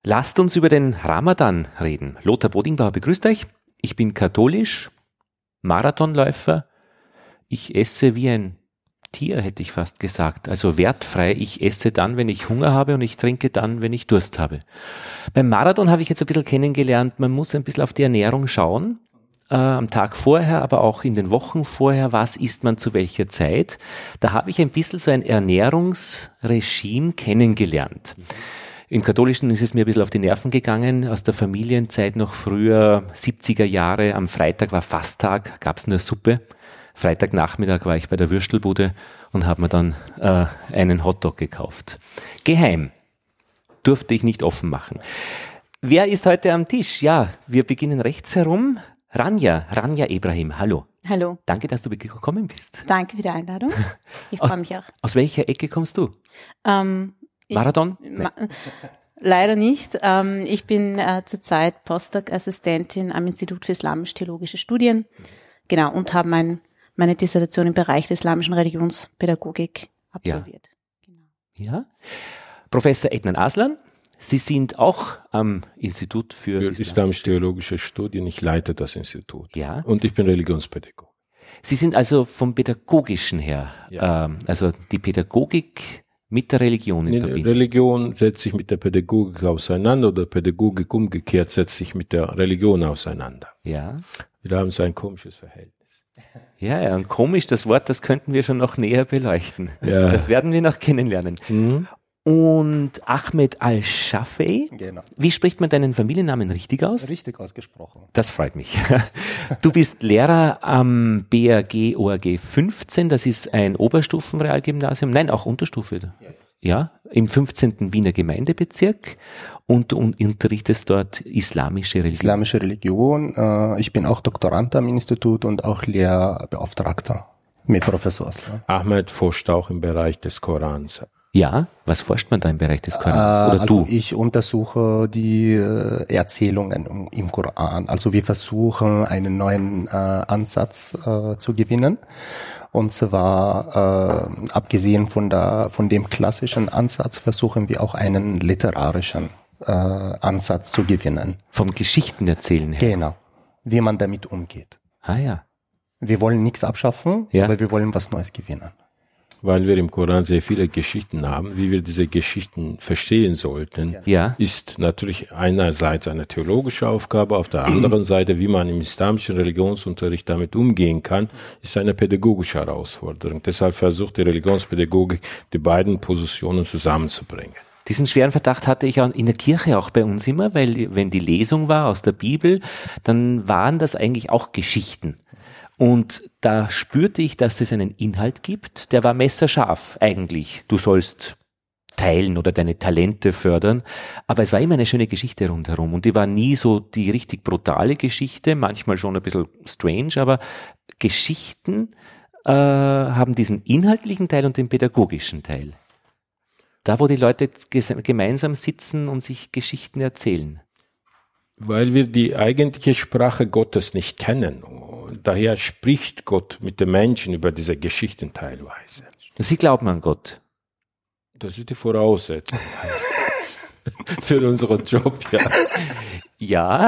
Lasst uns über den Ramadan reden. Lothar Bodingbauer begrüßt euch. Ich bin katholisch, Marathonläufer. Ich esse wie ein Tier, hätte ich fast gesagt. Also wertfrei. Ich esse dann, wenn ich Hunger habe und ich trinke dann, wenn ich Durst habe. Beim Marathon habe ich jetzt ein bisschen kennengelernt, man muss ein bisschen auf die Ernährung schauen. Am Tag vorher, aber auch in den Wochen vorher, was isst man zu welcher Zeit. Da habe ich ein bisschen so ein Ernährungsregime kennengelernt. Im Katholischen ist es mir ein bisschen auf die Nerven gegangen, aus der Familienzeit noch früher, 70er Jahre, am Freitag war Fasttag, gab es nur Suppe. Freitagnachmittag war ich bei der Würstelbude und habe mir dann einen Hotdog gekauft. Geheim, durfte ich nicht offen machen. Wer ist heute am Tisch? Ja, wir beginnen rechts herum. Rania Ebrahim, hallo. Hallo. Danke, dass du gekommen bist. Danke für die Einladung. Ich freue mich auch. Aus welcher Ecke kommst du? Marathon? Leider nicht. Ich bin zurzeit Postdoc-Assistentin am Institut für Islamisch-Theologische Studien. Genau, und habe meine Dissertation im Bereich der islamischen Religionspädagogik absolviert. Ja. Genau. Ja. Professor Ednan Aslan, Sie sind auch am Institut für Islamisch-Theologische Studien. Ich leite das Institut. Ja. Und ich bin Religionspädagoge. Sie sind also vom Pädagogischen her, also die Pädagogik mit der Religion in Verbindung. Religion setzt sich mit der Pädagogik auseinander oder Pädagogik umgekehrt setzt sich mit der Religion auseinander. Ja. Wir haben so ein komisches Verhältnis. Ja, und komisch, das Wort, das könnten wir schon noch näher beleuchten. Ja. Das werden wir noch kennenlernen. Mhm. Und Ahmed Al-Shafei. Genau. Wie spricht man deinen Familiennamen richtig aus? Richtig ausgesprochen. Das freut mich. Du bist Lehrer am BRG ORG 15, das ist ein Oberstufenrealgymnasium, nein, auch Unterstufe. Ja, im 15. Wiener Gemeindebezirk und du unterrichtest dort islamische Religion. Islamische Religion. Ich bin auch Doktorand am Institut und auch Lehrbeauftragter mit Professor Aslan. Ahmed forscht auch im Bereich des Korans. Ja, was forscht man da im Bereich des Korans? Oder also du? Ich untersuche die Erzählungen im Koran. Also wir versuchen einen neuen Ansatz zu gewinnen. Und zwar abgesehen von dem klassischen Ansatz versuchen wir auch einen literarischen Ansatz zu gewinnen. Vom Geschichten erzählen her. Genau, wie man damit umgeht. Ah ja. Wir wollen nichts abschaffen, Ja. aber wir wollen was Neues gewinnen. Weil wir im Koran sehr viele Geschichten haben, wie wir diese Geschichten verstehen sollten, Ja. ist natürlich einerseits eine theologische Aufgabe, auf der anderen Seite, wie man im islamischen Religionsunterricht damit umgehen kann, ist eine pädagogische Herausforderung. Deshalb versucht die Religionspädagogik, die beiden Positionen zusammenzubringen. Diesen schweren Verdacht hatte ich auch in der Kirche auch bei uns immer, weil wenn die Lesung war aus der Bibel, dann waren das eigentlich auch Geschichten. Und da spürte ich, dass es einen Inhalt gibt, der war messerscharf eigentlich. Du sollst teilen oder deine Talente fördern, aber es war immer eine schöne Geschichte rundherum und die war nie so die richtig brutale Geschichte, manchmal schon ein bisschen strange, aber Geschichten haben diesen inhaltlichen Teil und den pädagogischen Teil. Da, wo die Leute gemeinsam sitzen und sich Geschichten erzählen. Weil wir die eigentliche Sprache Gottes nicht kennen. Daher spricht Gott mit den Menschen über diese Geschichten teilweise. Sie glauben an Gott. Das ist die Voraussetzung für unseren Job, ja. Ja.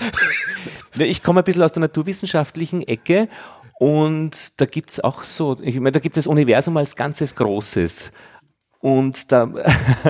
Ich komme ein bisschen aus der naturwissenschaftlichen Ecke und da gibt's auch so, ich meine, da gibt es das Universum als ganzes Großes. Und da